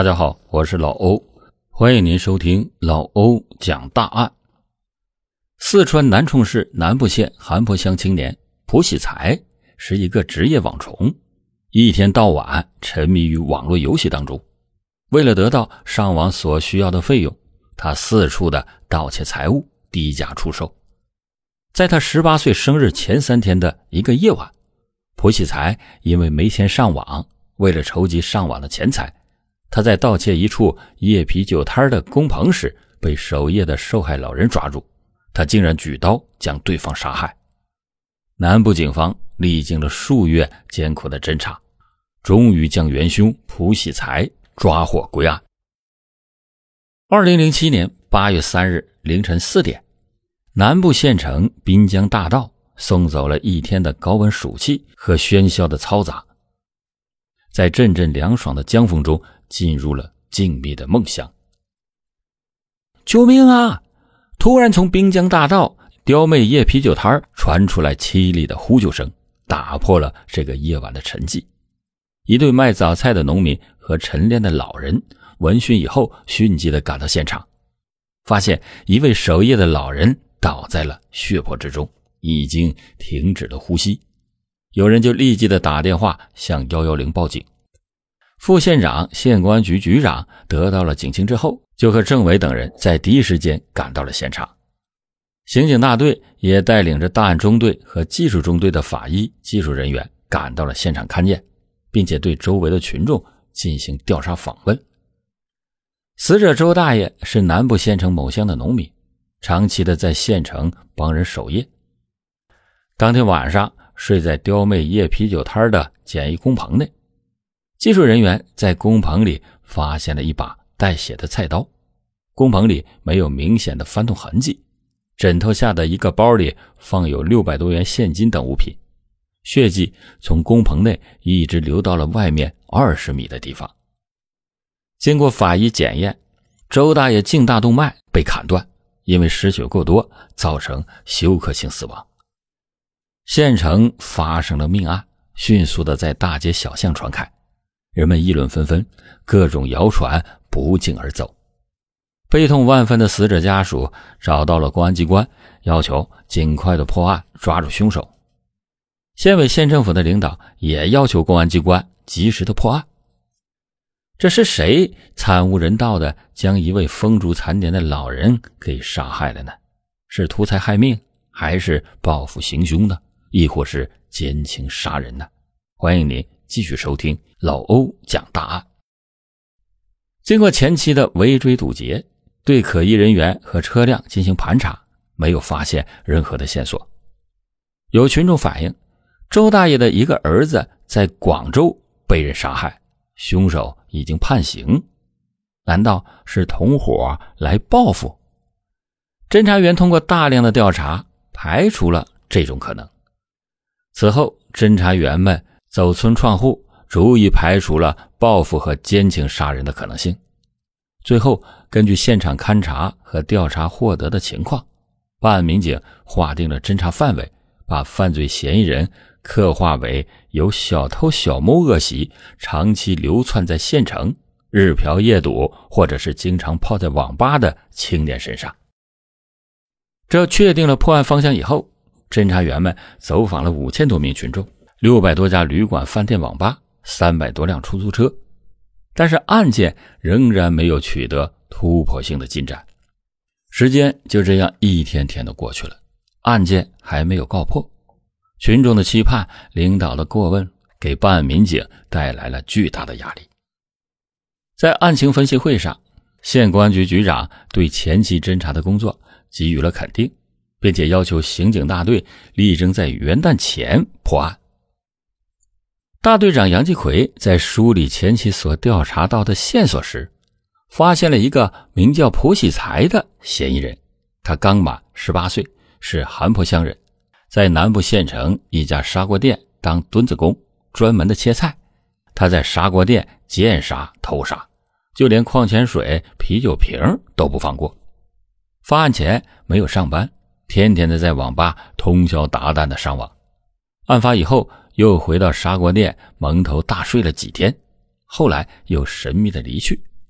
大家好，我是老欧，欢迎您收听老欧讲大案。四川南充市南部县韩坡乡青年蒲喜才是一个职业网虫，一天到晚沉迷于网络游戏当中。为了得到上网所需要的费用，他四处的盗窃财物，低价出售。在他18岁生日前3天的一个夜晚，蒲喜才因为没钱上网，为了筹集上网的钱财，他在盗窃一处夜啤酒摊的工棚时被守夜的受害老人抓住，他竟然举刀将对方杀害。南部警方历经了数月艰苦的侦查，终于将元凶蒲喜才抓获归案。2007年8月3日凌晨4点，南部县城滨江大道送走了一天的高温暑气和喧嚣的嘈杂，在阵阵凉爽的江风中进入了静谧的梦乡。救命啊！突然从滨江大道刁妹夜啤酒摊传出来凄厉的呼救声，打破了这个夜晚的沉寂。一对卖早菜的农民和晨练的老人闻讯以后迅疾地赶到现场，发现一位守夜的老人倒在了血泊之中，已经停止了呼吸。有人就立即的打电话向110报警。副县长、县公安局局长得到了警情之后，就和政委等人在第一时间赶到了现场。刑警大队也带领着大案中队和技术中队的法医技术人员赶到了现场勘验，并且对周围的群众进行调查访问。死者周大爷是南部县城某乡的农民，长期的在县城帮人守夜。当天晚上睡在刁妹夜啤酒摊的简易工棚内，技术人员在工棚里发现了一把带血的菜刀，工棚里没有明显的翻动痕迹，枕头下的一个包里放有600多元现金等物品，血迹从工棚内一直流到了外面20米的地方。经过法医检验，周大爷颈大动脉被砍断，因为失血过多造成休克性死亡。县城发生了命案，迅速的在大街小巷传开，人们议论纷纷，各种谣传不胫而走。悲痛万分的死者家属找到了公安机关，要求尽快的破案，抓住凶手。县委县政府的领导也要求公安机关及时的破案。这是谁惨无人道的将一位风烛残年的老人给杀害了呢？是图财害命，还是报复行凶呢？亦或是奸情杀人呢？欢迎您继续收听老欧讲大案。经过前期的围追堵截，对可疑人员和车辆进行盘查，没有发现任何的线索。有群众反映，周大爷的一个儿子在广州被人杀害，凶手已经判刑，难道是同伙来报复？侦查员通过大量的调查，排除了这种可能。此后，侦查员们走村串户，逐一排除了报复和奸情杀人的可能性。最后，根据现场勘查和调查获得的情况，办案民警划定了侦查范围，把犯罪嫌疑人刻画为有小偷小摸恶习，长期流窜在县城，日嫖夜赌，或者是经常泡在网吧的青年身上。这确定了破案方向以后，侦查员们走访了5000多名群众，600多家旅馆、饭店、网吧，300多辆出租车，但是案件仍然没有取得突破性的进展。时间就这样一天天的过去了，案件还没有告破。群众的期盼，领导的过问，给办案民警带来了巨大的压力。在案情分析会上，县公安局局长对前期侦查的工作给予了肯定，并且要求刑警大队力争在元旦前破案。大队长杨继奎在梳理前期所调查到的线索时，发现了一个名叫蒲喜才的嫌疑人。他刚满18岁，是韩坡乡人，在南部县城一家砂锅店当墩子工，专门的切菜。他在砂锅店见杀偷杀，就连矿泉水、啤酒瓶都不放过。发案前没有上班，天天的在网吧通宵达旦的上网。案发以后又回到砂锅店蒙头大睡了几天，后来又神秘的离去，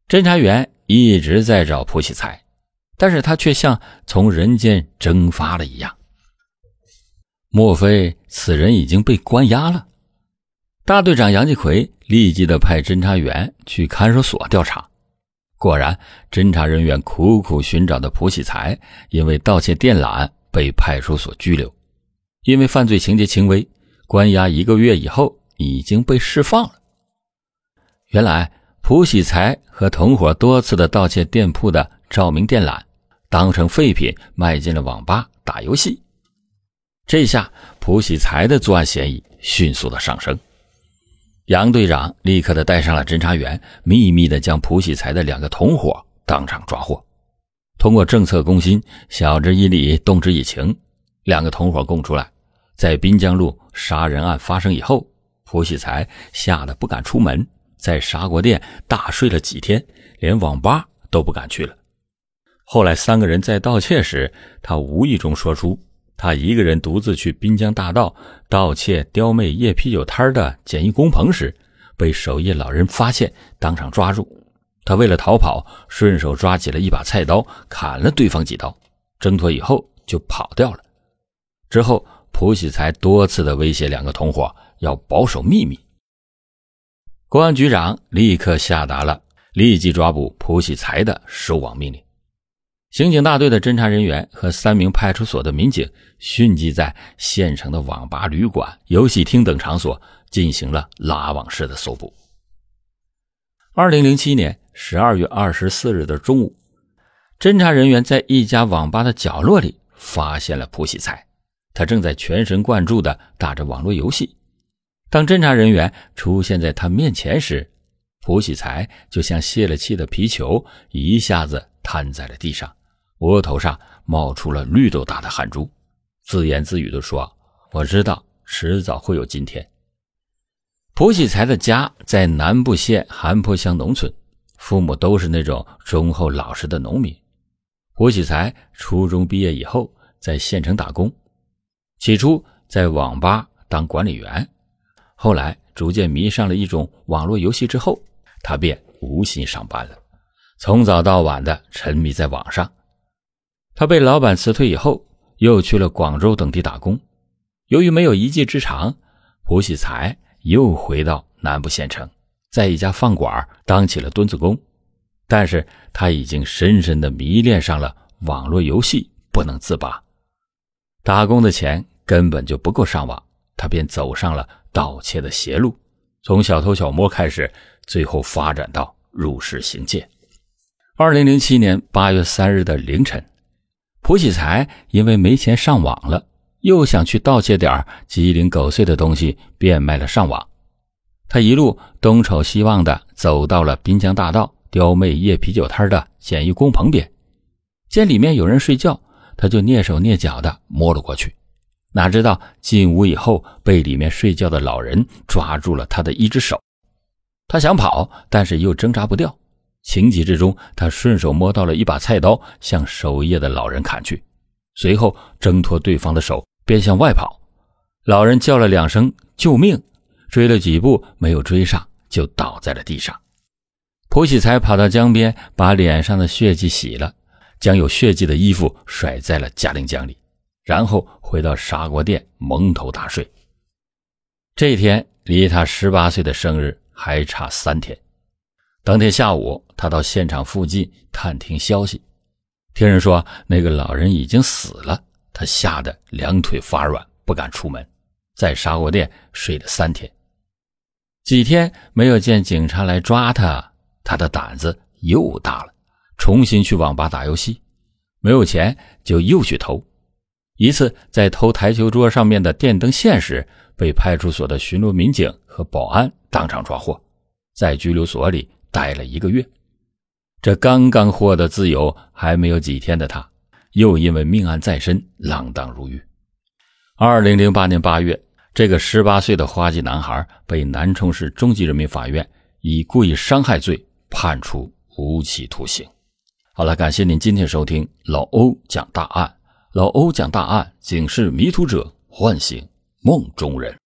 侦查员一直在找朴喜才，但是他却像从人间蒸发了一样。莫非此人已经被关押了？大队长杨继奎立即的派侦查员去看守所调查。果然，侦查人员苦苦寻找的朴喜才因为盗窃电缆被派出所拘留，因为犯罪情节轻微，关押1个月以后已经被释放了。原来朴喜才和同伙多次的盗窃店铺的照明电缆，当成废品卖进了网吧打游戏。这下朴喜才的作案嫌疑迅速的上升。杨队长立刻的带上了侦查员，秘密的将朴喜才的2个同伙当场抓获。通过政策攻心，晓之以理，动之以情，2个同伙供出来，在滨江路杀人案发生以后，朴喜才吓得不敢出门，在砂锅店大睡了几天，连网吧都不敢去了。后来3个人在盗窃时，他无意中说出他一个人独自去滨江大道盗窃刁妹叶啤酒摊的简易工棚时，被守夜老人发现，当场抓住。他为了逃跑，顺手抓起了一把菜刀，砍了对方几刀，挣脱以后就跑掉了。之后朴喜才多次的威胁2个同伙要保守秘密。公安局长立刻下达了立即抓捕朴喜才的收网命令。刑警大队的侦查人员和3名派出所的民警迅即在县城的网吧、旅馆、游戏厅等场所进行了拉网式的搜捕。2007年12月24日的中午，侦查人员在一家网吧的角落里发现了朴喜才，他正在全神贯注地打着网络游戏。当侦查人员出现在他面前时，朴喜才就像泄了气的皮球，一下子瘫在了地上，额头上冒出了绿豆大的汗珠，自言自语地说：“我知道迟早会有今天。”朴喜才的家在南部县韩坡乡农村，父母都是那种忠厚老实的农民。朴喜才初中毕业以后在县城打工，起初在网吧当管理员，后来逐渐迷上了一种网络游戏之后，他便无心上班了，从早到晚的沉迷在网上。他被老板辞退以后，又去了广州等地打工。由于没有一技之长，朴喜才又回到南部县城，在一家饭馆当起了墩子工。但是他已经深深地迷恋上了网络游戏，不能自拔。打工的钱根本就不够上网，他便走上了盗窃的邪路，从小偷小摸开始，最后发展到入室行窃。2007年8月3日的凌晨，朴喜才因为没钱上网了，又想去盗窃点鸡零狗碎的东西，变卖了上网。他一路东瞅西望的走到了滨江大道刁妹叶啤酒摊的简易工棚边，见里面有人睡觉，他就蹑手蹑脚的摸了过去。哪知道进屋以后，被里面睡觉的老人抓住了他的一只手。他想跑，但是又挣扎不掉。情急之中，他顺手摸到了一把菜刀，向守夜的老人砍去，随后挣脱对方的手，便向外跑。老人叫了2声救命，追了几步没有追上，就倒在了地上。朴喜才跑到江边，把脸上的血迹洗了，将有血迹的衣服甩在了嘉陵江里，然后回到砂锅店蒙头大睡。这一天离他18岁的生日还差3天。当天下午，他到现场附近探听消息，听人说那个老人已经死了，他吓得2腿发软，不敢出门，在砂锅店睡了3天。几天没有见警察来抓他，他的胆子又大了，重新去网吧打游戏，没有钱就又去偷。一次在偷台球桌上面的电灯线时，被派出所的巡逻民警和保安当场抓获，在拘留所里待了1个月。这刚刚获得自由还没有几天的他，又因为命案在身，锒铛入狱。2008年8月，这个18岁的花季男孩被南充市中级人民法院以故意伤害罪判处无期徒刑。好了，感谢您今天收听老欧讲大案。老欧讲大案，警示迷途者，唤醒梦中人。